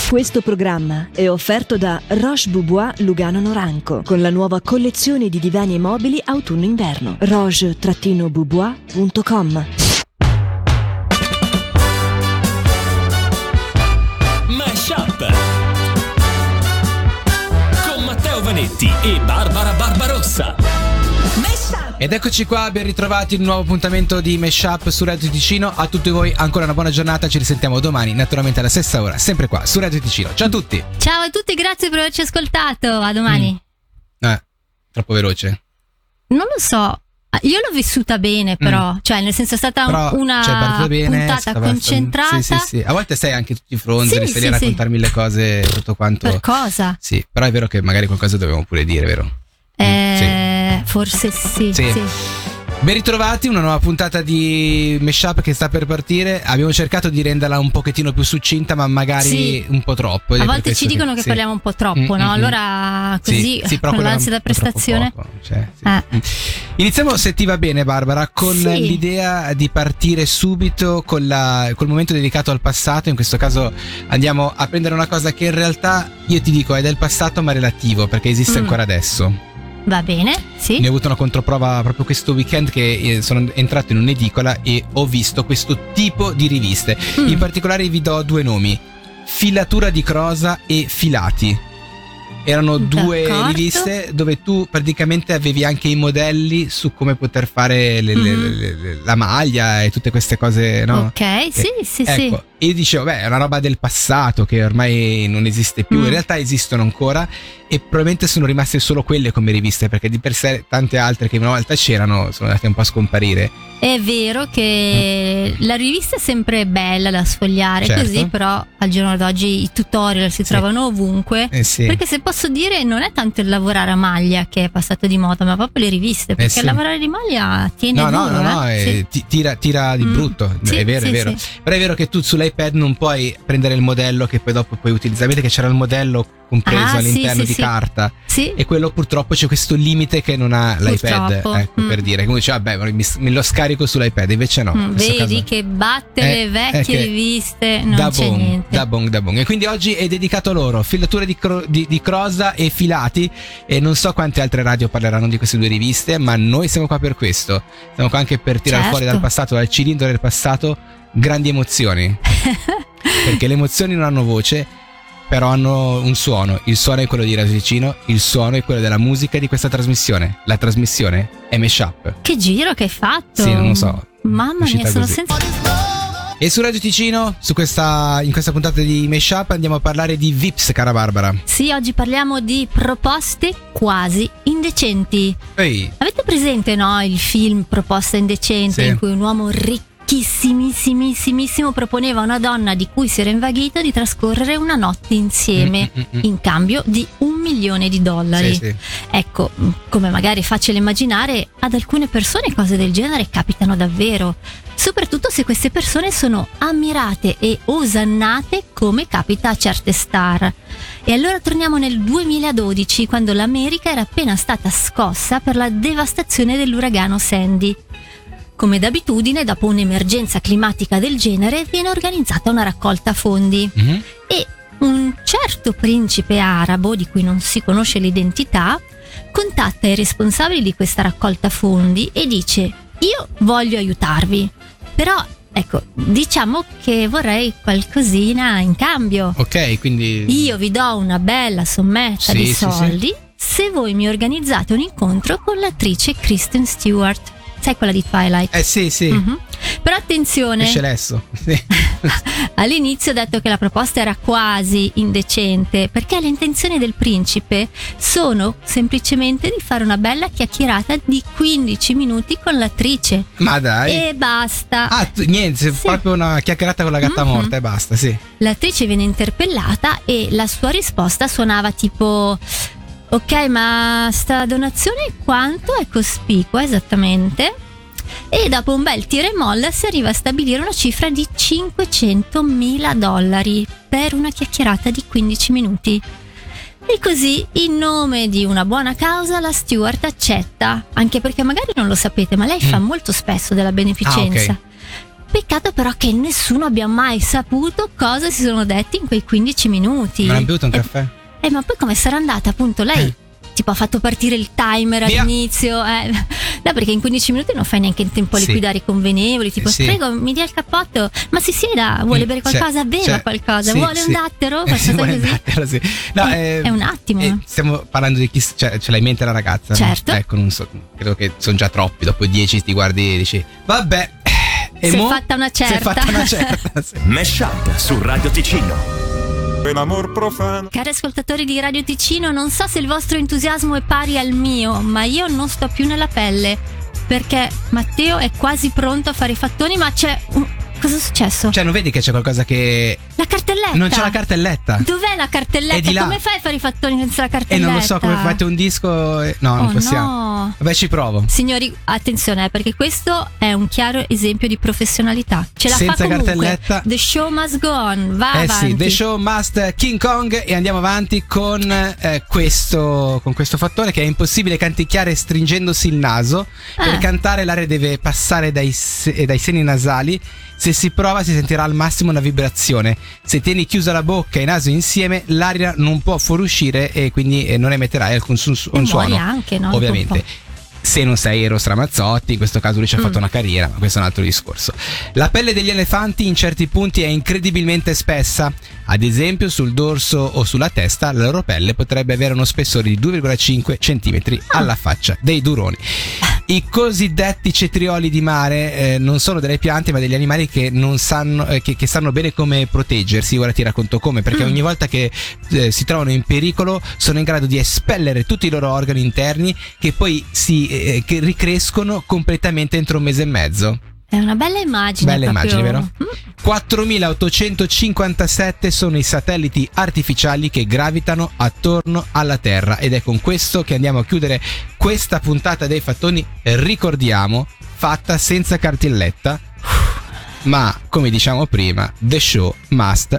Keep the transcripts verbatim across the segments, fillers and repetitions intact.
Questo programma è offerto da Roche Bobois Lugano Noranco con la nuova collezione di divani e mobili autunno-inverno. roche bobois punto com. Mashup con Matteo Vanetti e Barbara Barbarossa. Ed eccoci qua, ben ritrovati in un nuovo appuntamento di Mashup su Radio Ticino. A tutti voi ancora una buona giornata, ci risentiamo domani naturalmente alla stessa ora, sempre qua su Radio Ticino. Ciao a tutti. Ciao a tutti, grazie per averci ascoltato, a domani. Mm. Eh, troppo veloce. Non lo so, io l'ho vissuta bene però, mm. cioè nel senso è stata però, una cioè, bene, puntata concentrata. Sì, sì, sì. A volte sei anche tutti fronzoli, sì, stai sì, lì a sì. raccontare mille cose, tutto quanto. Per cosa? Sì, però è vero che magari qualcosa dobbiamo pure dire, vero? Eh, sì. Forse sì, sì. sì. Ben ritrovati, una nuova puntata di Mashup che sta per partire. Abbiamo cercato di renderla un pochettino più succinta, ma magari sì. un po' troppo. A volte ci dicono che, che sì. parliamo un po' troppo, mm-hmm. no? Allora così, sì, sì, con l'ansia da prestazione. Poco, cioè, sì. eh. Iniziamo, se ti va bene Barbara, con sì. l'idea di partire subito con la, col momento dedicato al passato. In questo caso andiamo a prendere una cosa che in realtà io ti dico è del passato ma relativo, perché esiste mm. ancora adesso. Va bene, sì. Ne ho avuto una controprova proprio questo weekend, che sono entrato in un'edicola e ho visto questo tipo di riviste. Mm. In particolare vi do due nomi: Filatura di Crosa e Filati. Erano due D'accordo. riviste dove tu praticamente avevi anche i modelli su come poter fare le, mm. le, le, le, la maglia e tutte queste cose, no? Ok, e, sì, sì, ecco, sì. E io dicevo, beh, è una roba del passato che ormai non esiste più. Mm. In realtà esistono ancora e probabilmente sono rimaste solo quelle come riviste, perché di per sé tante altre che una volta c'erano sono andate un po' a scomparire. È vero che mm. la rivista è sempre bella da sfogliare, certo. così però al giorno d'oggi i tutorial si sì. trovano ovunque, eh sì. perché se posso dire non è tanto il lavorare a maglia che è passato di moda, ma proprio le riviste, perché eh sì. lavorare di maglia tiene no, duro, no, no, no, eh? eh, sì. tira, tira di mm. brutto, sì, è vero, sì, è vero. Sì. Però è vero che tu sull'iPad non puoi prendere il modello che poi dopo puoi utilizzare. Vedete che c'era il modello compreso ah, all'interno sì, di sì, carta sì. e quello purtroppo c'è questo limite che non ha l'iPad, purtroppo. ecco, mm. per dire, come dice vabbè mi, me lo scarico sull'iPad, invece no, mm, vedi caso, che batte eh, le vecchie eh, riviste, non da c'è bon, niente da bon, da bon. E quindi oggi è dedicato a loro, Filature di, cro, di, di Crosa e Filati, e non so quante altre radio parleranno di queste due riviste, ma noi siamo qua per questo, siamo qua anche per tirare certo. fuori dal passato, dal cilindro del passato, grandi emozioni perché le emozioni non hanno voce, però hanno un suono. Il suono è quello di Radio Ticino, il suono è quello della musica di questa trasmissione. La trasmissione è Mashup. Che giro che hai fatto! Sì, non lo so. Mamma mia, sono così. senza... E su Radio Ticino, su questa, in questa puntata di Mashup, andiamo a parlare di Vips, cara Barbara. Sì, oggi parliamo di proposte quasi indecenti. Ehi. Avete presente, no, il film Proposta indecente, sì. in cui un uomo ricchissimissimissimo proponeva a una donna di cui si era invaghito di trascorrere una notte insieme Mm-mm-mm. in cambio di un milione di dollari. Sì, sì. Ecco, come magari è facile immaginare, ad alcune persone cose del genere capitano davvero, soprattutto se queste persone sono ammirate e osannate come capita a certe star. E allora torniamo nel duemiladodici, quando l'America era appena stata scossa per la devastazione dell'uragano Sandy. Come d'abitudine, dopo un'emergenza climatica del genere, viene organizzata una raccolta fondi. Mm-hmm. E un certo principe arabo, di cui non si conosce l'identità, contatta i responsabili di questa raccolta fondi e dice: io voglio aiutarvi, però ecco, diciamo che vorrei qualcosina in cambio. Ok, quindi io vi do una bella sommetta sì, di sì, soldi sì. se voi mi organizzate un incontro con l'attrice Kristen Stewart. Sai, quella di Twilight? Eh sì, sì. Mm-hmm. Però attenzione, Esce adesso. Sì. all'inizio ho detto che la proposta era quasi indecente, perché le intenzioni del principe sono semplicemente di fare una bella chiacchierata di quindici minuti con l'attrice. Ma dai. E basta. Ah, tu, niente, sì. proprio una chiacchierata con la gatta Mm-hmm. morta e basta, sì. L'attrice viene interpellata e la sua risposta suonava tipo: ok, ma sta donazione quanto è cospicua esattamente? E dopo un bel tira e molla si arriva a stabilire una cifra di cinquecentomila dollari per una chiacchierata di quindici minuti. E così, in nome di una buona causa, la Stewart accetta, anche perché magari non lo sapete, ma lei mm. fa molto spesso della beneficenza. Ah, okay. Peccato però che nessuno abbia mai saputo cosa si sono detti in quei quindici minuti. Non hai bevuto un Eh, caffè? Eh, ma poi come sarà andata? Appunto, lei Eh. tipo ha fatto partire il timer Via. all'inizio. Eh. No, perché in quindici minuti non fai neanche in tempo a Sì. liquidare i convenevoli. Tipo, Sì. prego, mi dia il cappotto. Ma si sieda, vuole Mm, bere cioè, qualcosa? Beva cioè, qualcosa. sì, Vuole sì. un dattero? Eh, Qualcosa sì, vuole un così? dattero, sì. No, Eh, eh, è un attimo. eh, stiamo parlando di chi cioè, ce l'hai in mente la ragazza? Certo. No? Ecco, non so, credo che sono già troppi. Dopo dieci ti guardi e dici, vabbè. E Si è mo? fatta una certa. Si è fatta una certa. Sì. Mesh Up su Radio Ticino. Un amor profano. Cari ascoltatori di Radio Ticino, non so se il vostro entusiasmo è pari al mio, ma io non sto più nella pelle, perché Matteo è quasi pronto a fare i fattoni, ma c'è un... Cosa è successo? Cioè, non vedi che c'è qualcosa che. La cartelletta. Non c'è la cartelletta. Dov'è la cartelletta? È di là. Come fai a fare i fattoni senza la E cartelletta? non lo so come fate un disco. e- No, non Oh, possiamo. no. Vabbè, ci provo. Signori, attenzione, eh, perché questo è un chiaro esempio di professionalità. Ce la Senza fa comunque. cartelletta. The show must go on. Va Eh avanti. sì, The Show Must King Kong. E andiamo avanti con eh, questo con questo fattore che è impossibile canticchiare stringendosi il naso. Per Ah. cantare l'aria deve passare dai, se- dai seni nasali. Se si prova si sentirà al massimo una vibrazione. Se tieni chiusa la bocca e il naso insieme, l'aria non può fuoriuscire e quindi eh, non emetterai alcun su- E un muori suono. anche, no? Ovviamente. Dopo un Se non sei Eros Ramazzotti, in questo caso lui ci ha Mm. fatto una carriera, ma questo è un altro discorso. La pelle degli elefanti in certi punti è incredibilmente spessa. Ad esempio, sul dorso o sulla testa, la loro pelle potrebbe avere uno spessore di due virgola cinque centimetri alla faccia dei duroni. I cosiddetti cetrioli di mare eh, non sono delle piante, ma degli animali che non sanno eh, che, che sanno bene come proteggersi. Ora ti racconto come, perché Mm. ogni volta che eh, si trovano in pericolo sono in grado di espellere tutti i loro organi interni, che poi si eh, che ricrescono completamente entro un mese e mezzo. È una bella immagine. Bella proprio. immagine, vero? Mm. quattromilaottocentocinquantasette sono i satelliti artificiali che gravitano attorno alla Terra, ed è con questo che andiamo a chiudere questa puntata dei fattoni. Ricordiamo, fatta senza cartelletta, ma come diciamo prima, the show must.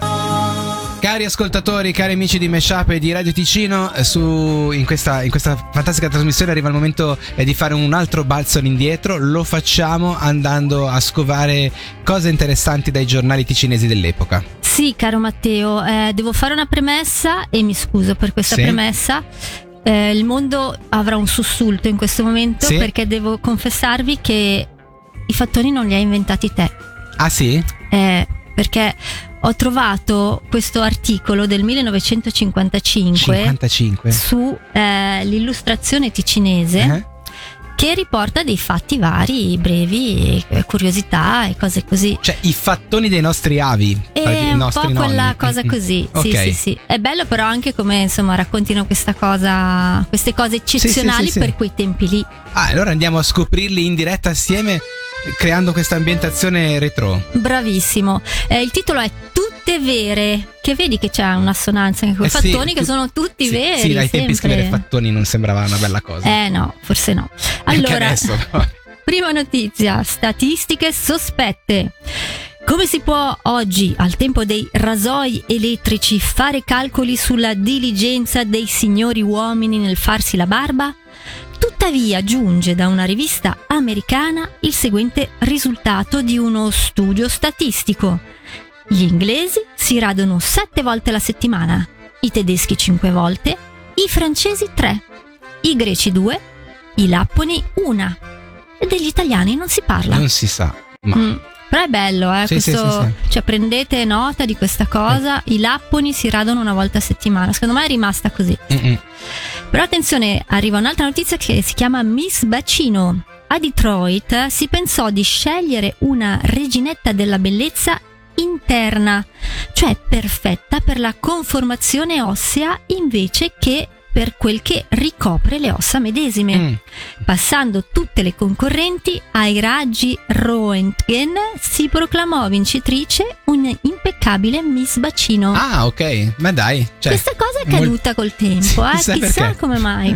Cari ascoltatori, cari amici di Mesh Up e di Radio Ticino, su, in, questa, in questa fantastica trasmissione arriva il momento eh, di fare un altro balzo all'indietro. Lo facciamo andando a scovare cose interessanti dai giornali ticinesi dell'epoca. Sì, caro Matteo, eh, devo fare una premessa e mi scuso per questa Sì. premessa. Eh, il mondo avrà un sussulto in questo momento, Sì. perché devo confessarvi che i fattoni non li hai inventati te. Ah sì? Eh, perché ho trovato questo articolo del millenovecentocinquantacinque cinquantacinque. su eh, l'illustrazione ticinese, Eh? che riporta dei fatti vari, brevi, eh, curiosità e cose così. Cioè i fattoni dei nostri avi. È i un nostri po' nonni. quella cosa Mm, mm. così. Sì, Ok. sì, sì. È bello però anche come insomma raccontino questa cosa, queste cose eccezionali sì, sì. per quei tempi lì. Ah, allora andiamo a scoprirli in diretta assieme, creando questa ambientazione retro. Bravissimo. Eh, il titolo è Tutte vere. Che vedi che c'è un'assonanza anche con i Eh sì, fattoni che tu- sono tutti sì, veri. Sì, ai tempi sempre. scrivere fattoni non sembrava una bella cosa. Eh no, forse no. Anche Allora, adesso, no. prima notizia, statistiche sospette. Come si può oggi, al tempo dei rasoi elettrici, fare calcoli sulla diligenza dei signori uomini nel farsi la barba? Tuttavia giunge da una rivista americana il seguente risultato di uno studio statistico. Gli inglesi si radono sette volte alla settimana, i tedeschi cinque volte, i francesi tre, i greci due, i lapponi una. E degli italiani non si parla. Non si sa. Ma Mm. Però è bello, eh, Sì, questo, sì, sì, sì. cioè prendete nota di questa cosa, i lapponi si radono una volta a settimana, secondo me è rimasta così. Mm-mm. Però attenzione, arriva un'altra notizia che si chiama Miss Bacino. A Detroit si pensò di scegliere una reginetta della bellezza interna, cioè perfetta per la conformazione ossea invece che per quel che ricopre le ossa medesime. Mm. Passando tutte le concorrenti ai raggi Röntgen, si proclamò vincitrice un'impeccabile Miss Bacino. Ah, ok. Ma dai. Cioè, Questa cosa è mol- caduta col tempo, eh? Chissà Chissà perché. come mai.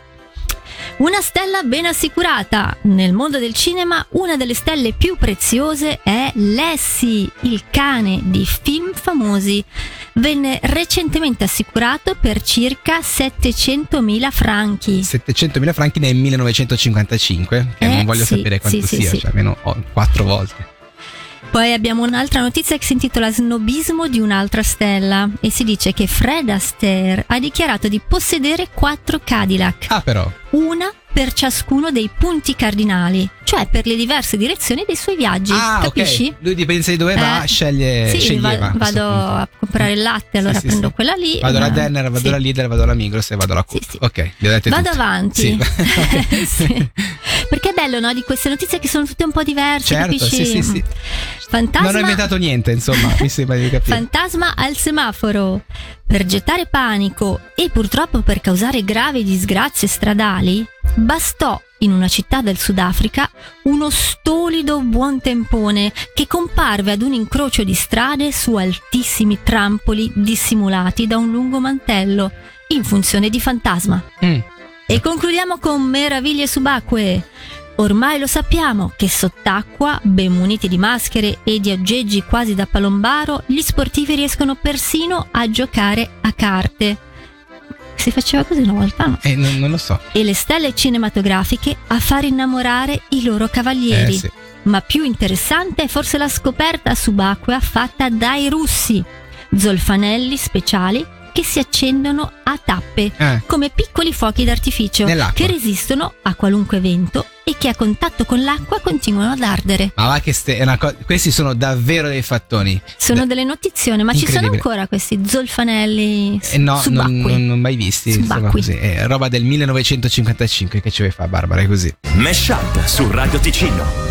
Una stella ben assicurata. Nel mondo del cinema una delle stelle più preziose è Lassie, il cane di film famosi. Venne recentemente assicurato per circa settecentomila franchi. settecentomila franchi nel millenovecentocinquantacinque, che Eh, non voglio sì, sapere quanto sì, sì, sia, sì. cioè almeno oh, quattro volte. Poi abbiamo un'altra notizia che si intitola Snobismo di un'altra stella e si dice che Fred Astaire ha dichiarato di possedere quattro Cadillac, Ah, però. una per ciascuno dei punti cardinali, cioè per le diverse direzioni dei suoi viaggi, Ah, capisci? ok. Lui dipende di dove va, Eh, sceglie. sì, sceglieva, va- a questo vado punto. a comprare il latte, allora Sì, sì, prendo sì. quella lì. Vado alla ma- Denner, vado sì. alla Lidl, vado alla Migros e vado alla Coop. Sì, sì. Ok, li ho dette Vado tutte. avanti. Sì. Ok. Sì. Perché è bello, no? Di queste notizie che sono tutte un po' diverse, Certo, capisci? sì, sì, sì. Fantasma, Non ho inventato niente, insomma, mi sembra di capire. fantasma al semaforo. Per gettare panico e purtroppo per causare gravi disgrazie stradali, bastò in una città del Sudafrica uno stolido buon tempone che comparve ad un incrocio di strade su altissimi trampoli dissimulati da un lungo mantello in funzione di fantasma. Mm. E concludiamo con meraviglie subacquee. Ormai lo sappiamo che sott'acqua, ben muniti di maschere e di aggeggi quasi da palombaro, gli sportivi riescono persino a giocare a carte. Si faceva così una volta, no? Eh, non, non lo so. E le stelle cinematografiche a far innamorare i loro cavalieri. Eh, sì. Ma più interessante è forse la scoperta subacquea fatta dai russi. Zolfanelli speciali che si accendono a tappe, Eh. come piccoli fuochi d'artificio Nell'acqua. che resistono a qualunque vento e che a contatto con l'acqua continuano ad ardere. Ma va che ste- è una co- questi sono davvero dei fattoni. Sono Beh, delle notizione, ma ci sono incredibile. ancora questi zolfanelli s- eh, no, non, subacquei? non, non mai visti. Insomma, Subacquei. così. È roba del millenovecentocinquantacinque che ci vuoi fare, Barbara, è così. Mashup su Radio Ticino.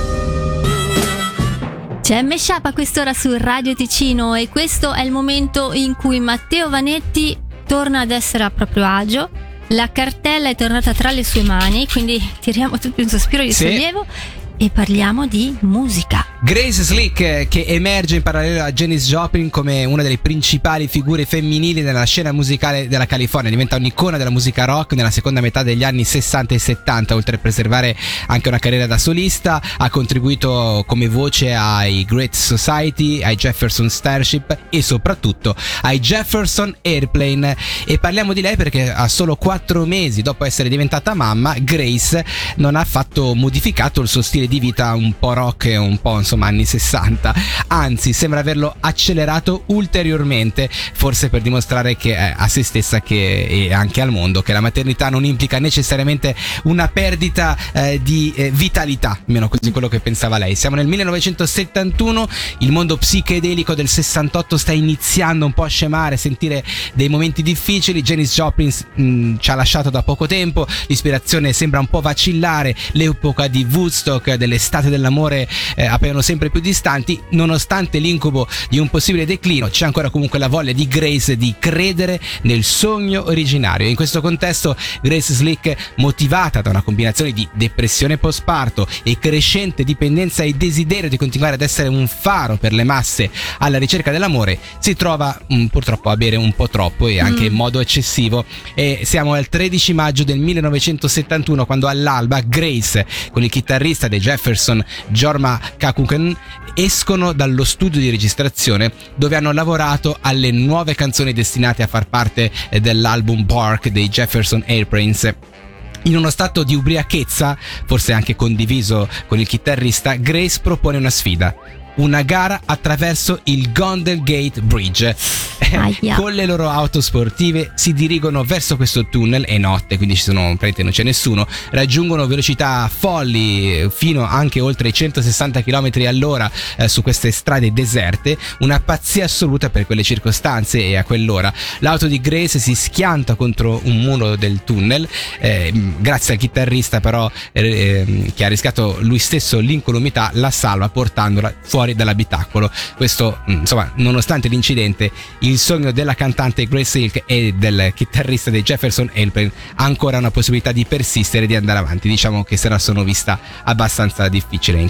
C'è Meshup a quest'ora su Radio Ticino e questo è il momento in cui Matteo Vanetti torna ad essere a proprio agio. La cartella è tornata tra le sue mani, quindi tiriamo tutti un sospiro di Sì. sollievo e parliamo di musica. Grace Slick, eh, che emerge in parallelo a Janis Joplin come una delle principali figure femminili nella scena musicale della California, diventa un'icona della musica rock nella seconda metà degli anni sessanta e settanta. Oltre a preservare anche una carriera da solista, ha contribuito come voce ai Great Society, ai Jefferson Starship e soprattutto ai Jefferson Airplane. E parliamo di lei perché a solo quattro mesi dopo essere diventata mamma, Grace non ha affatto modificato il suo stile di vita un po' rock e un po' insomma anni sessanta, anzi sembra averlo accelerato ulteriormente, forse per dimostrare che eh, a se stessa che, e anche al mondo che la maternità non implica necessariamente una perdita eh, di eh, vitalità, almeno così quello che pensava lei. Siamo nel millenovecentosettantuno, il mondo psichedelico del sessantotto sta iniziando un po' a scemare, sentire dei momenti difficili. Janis Joplin mh, ci ha lasciato da poco tempo, l'ispirazione sembra un po' vacillare, l'epoca di Woodstock, dell'estate dell'amore eh, appaiono sempre più distanti. Nonostante l'incubo di un possibile declino, c'è ancora comunque la voglia di Grace di credere nel sogno originario. In questo contesto Grace Slick, motivata da una combinazione di depressione postparto e crescente dipendenza e desiderio di continuare ad essere un faro per le masse alla ricerca dell'amore, si trova mh, purtroppo a bere un po' troppo e anche in modo eccessivo. E siamo al tredici maggio del millenovecentosettantuno quando all'alba Grace con il chitarrista dei Jefferson Jorma Kaukonen escono dallo studio di registrazione dove hanno lavorato alle nuove canzoni destinate a far parte eh, dell'album Bark dei Jefferson Airplanes. In uno stato di ubriachezza, forse anche condiviso con il chitarrista, Grace propone una sfida. Una gara attraverso il Golden Gate Bridge. Aia. Con le loro auto sportive si dirigono verso questo tunnel, è notte quindi ci sono, praticamente non c'è nessuno, raggiungono velocità folli fino anche oltre i centosessanta chilometri all'ora eh, su queste strade deserte, una pazzia assoluta per quelle circostanze e a quell'ora. L'auto di Grace si schianta contro un muro del tunnel, eh, grazie al chitarrista però eh, che ha rischiato lui stesso l'incolumità, la salva portandola fuori dall'abitacolo. Questo insomma, nonostante l'incidente, il sogno della cantante Grace Slick e del chitarrista dei Jefferson Airplane ha ancora una possibilità di persistere e di andare avanti. Diciamo che se la sono vista abbastanza difficile.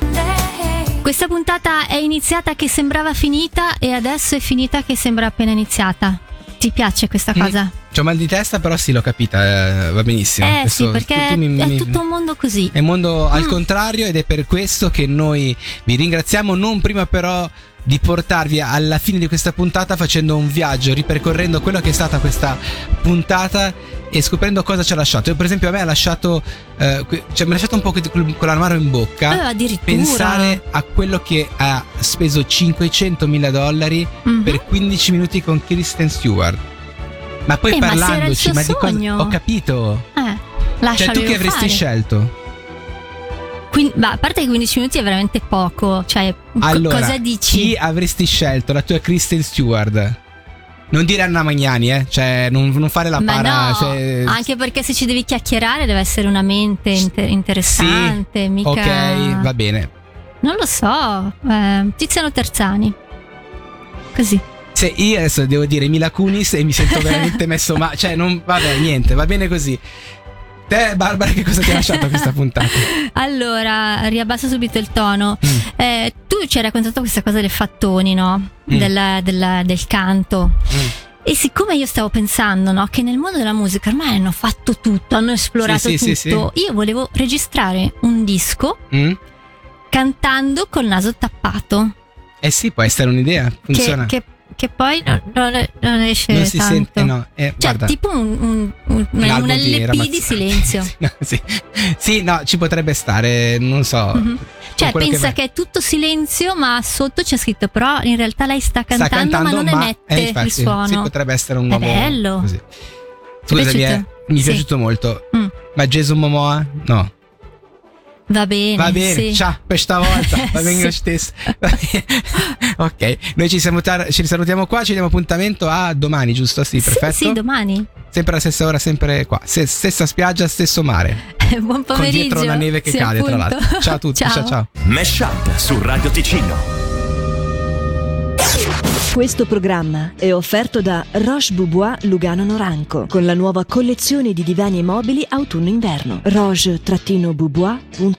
Questa puntata è iniziata che sembrava finita e adesso è finita che sembra appena iniziata. Ti piace questa cosa? Mm. C'ho mal di testa, però sì, l'ho capita, eh, va benissimo. Eh Questo- sì, perché tu- tu mi- è mi- tutto un mondo così. È un mondo al Mm. contrario ed è per questo che noi vi ringraziamo, non prima però di portarvi alla fine di questa puntata facendo un viaggio, ripercorrendo quello che è stata questa puntata e scoprendo cosa ci ha lasciato. Io, per esempio, a me ha lasciato eh, cioè mi ha lasciato un po' con l'amaro in bocca eh, addirittura. pensare a quello che ha speso cinquecentomila dollari mm-hmm. per quindici minuti con Kristen Stewart. Ma poi eh, parlandoci, ma, ma di cosa ho capito? Eh, cioè, tu che avresti fare. scelto? Quindi, bah, a parte che quindici minuti è veramente poco. Cioè, allora, cosa dici? Chi avresti scelto? La tua Kristen Stewart? Non dire Anna Magnani, eh? Cioè, non, non fare la ma para. No, cioè... anche perché se ci devi chiacchierare deve essere una mente inter- interessante. Sì, mica... ok, va bene. Non lo so. Eh, Tiziano Terzani. Così. Se io adesso devo dire Mila Kunis e mi sento veramente messo ma cioè non vabbè niente, va bene così. Te Barbara, che cosa ti ha lasciato questa puntata? Allora, riabbasso subito il tono. Mm. Eh, tu ci hai raccontato questa cosa del fattoni, no? Mm. Del, del, del canto. Mm. E siccome io stavo pensando, no, che nel mondo della musica ormai hanno fatto tutto, hanno esplorato sì, tutto, sì, sì, sì. Io volevo registrare un disco mm. cantando col naso tappato. Eh sì, può essere un'idea, funziona. Che, che Che poi non, non, non esce non si tanto. sente, no. Eh, cioè, guarda, tipo un, un, un, un L P Ramazz- di silenzio. sì, no, sì. sì, no, ci potrebbe stare, non so. Mm-hmm. Cioè, pensa che, che è tutto silenzio, ma sotto c'è scritto, però in realtà lei sta cantando, sta cantando ma non ma, emette eh, infatti, il suono. Sì, potrebbe essere un nuovo. È bello. Così. Scusami, eh, mi è sì. piaciuto molto. Mm. Ma Jason Momoa? No. Va bene, va bene, sì. ciao, questa volta va bene lo stesso. Ok, noi ci, siamo tar- ci risalutiamo qua, ci diamo appuntamento a domani, giusto? Sì, perfetto. Sì, sì, domani. Sempre alla stessa ora, sempre qua. S- stessa spiaggia, stesso mare. Buon pomeriggio. Con dietro la neve che sì, cade, appunto. tra l'altro. Ciao a tutti, ciao ciao. ciao. Mesh Up su Radio Ticino. Questo programma è offerto da Roche Bobois Lugano Noranco con la nuova collezione di divani e mobili autunno-inverno. roche Bobois punto